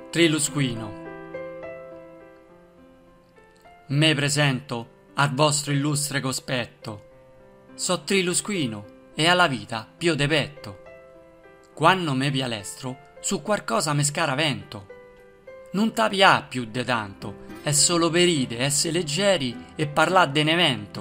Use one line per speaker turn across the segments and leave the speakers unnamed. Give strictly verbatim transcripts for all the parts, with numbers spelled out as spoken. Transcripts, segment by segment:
Trilusquino. Me presento al vostro illustre cospetto. So Trilusquino e alla vita pio de petto. Quando me pialestro, su qualcosa me scaravento. Non t'apia più de tanto, è solo per ride, esse leggeri e parlà de un evento.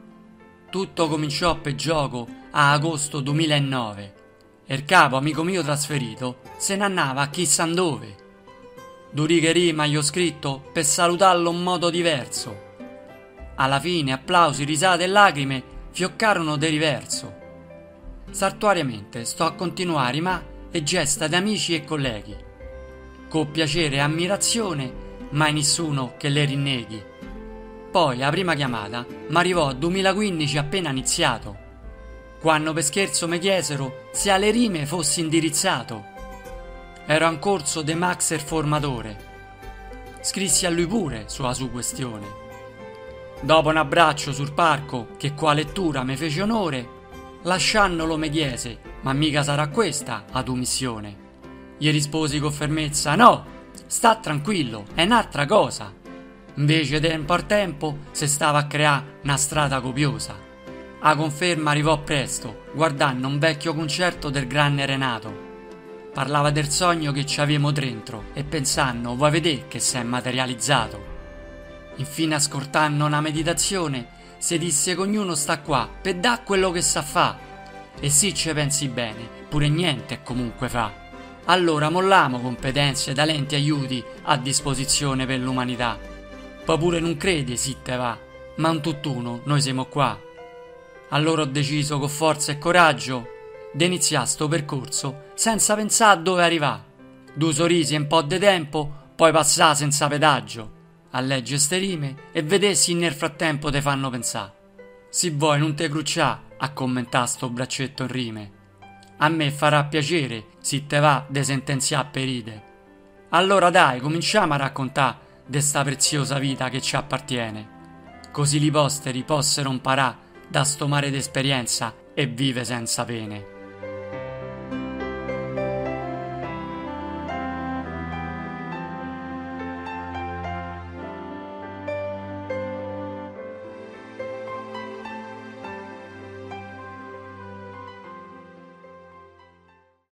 Tutto cominciò per gioco a agosto duemilanove. Il capo, amico mio trasferito, se ne andava a chissà dove. Duri che rima gli ho scritto per salutarlo in modo diverso. Alla fine applausi, risate e lacrime fioccarono de riverso. Sartuariamente sto a continuare ma e gesta di amici e colleghi. Con piacere e ammirazione, mai nessuno che le rinneghi. Poi la prima chiamata m'arrivò a duemilaquindici appena iniziato, quando per scherzo mi chiesero se alle rime fossi indirizzato. Ero in corso de Maxer formatore. Scrissi a lui pure sulla sua questione. Dopo un abbraccio sul parco che qua lettura mi fece onore, lasciandolo mi chiese: ma mica sarà questa la tua missione? Gli risposi con fermezza: no, sta tranquillo, è un'altra cosa. Invece tempo al tempo se stava a creare una strada copiosa. A conferma arrivò presto, guardando un vecchio concerto del grande Renato. Parlava del sogno che ci avevamo dentro e pensando, vuoi vedere che si è materializzato. Infine, ascoltando una meditazione, si disse che ognuno sta qua per dà quello che sa fa. E sì, ci pensi bene, pure niente comunque fa. Allora mollamo competenze, talenti, aiuti a disposizione per l'umanità. Poi pure non credi, sì te va, ma un tutt'uno, noi siamo qua. Allora ho deciso con forza e coraggio di iniziare sto percorso senza pensare a dove arrivare. Due sorrisi e un po' di tempo, poi passà senza pedaggio. A leggere ste rime e vedere se nel frattempo te fanno pensare. Se vuoi non te cruccià a commentare sto braccetto in rime. A me farà piacere se te va de sentenziare per ride. Allora dai, cominciamo a raccontare de sta preziosa vita che ci appartiene. Così li posteri possero imparare da sto mare d'esperienza e vive senza pene.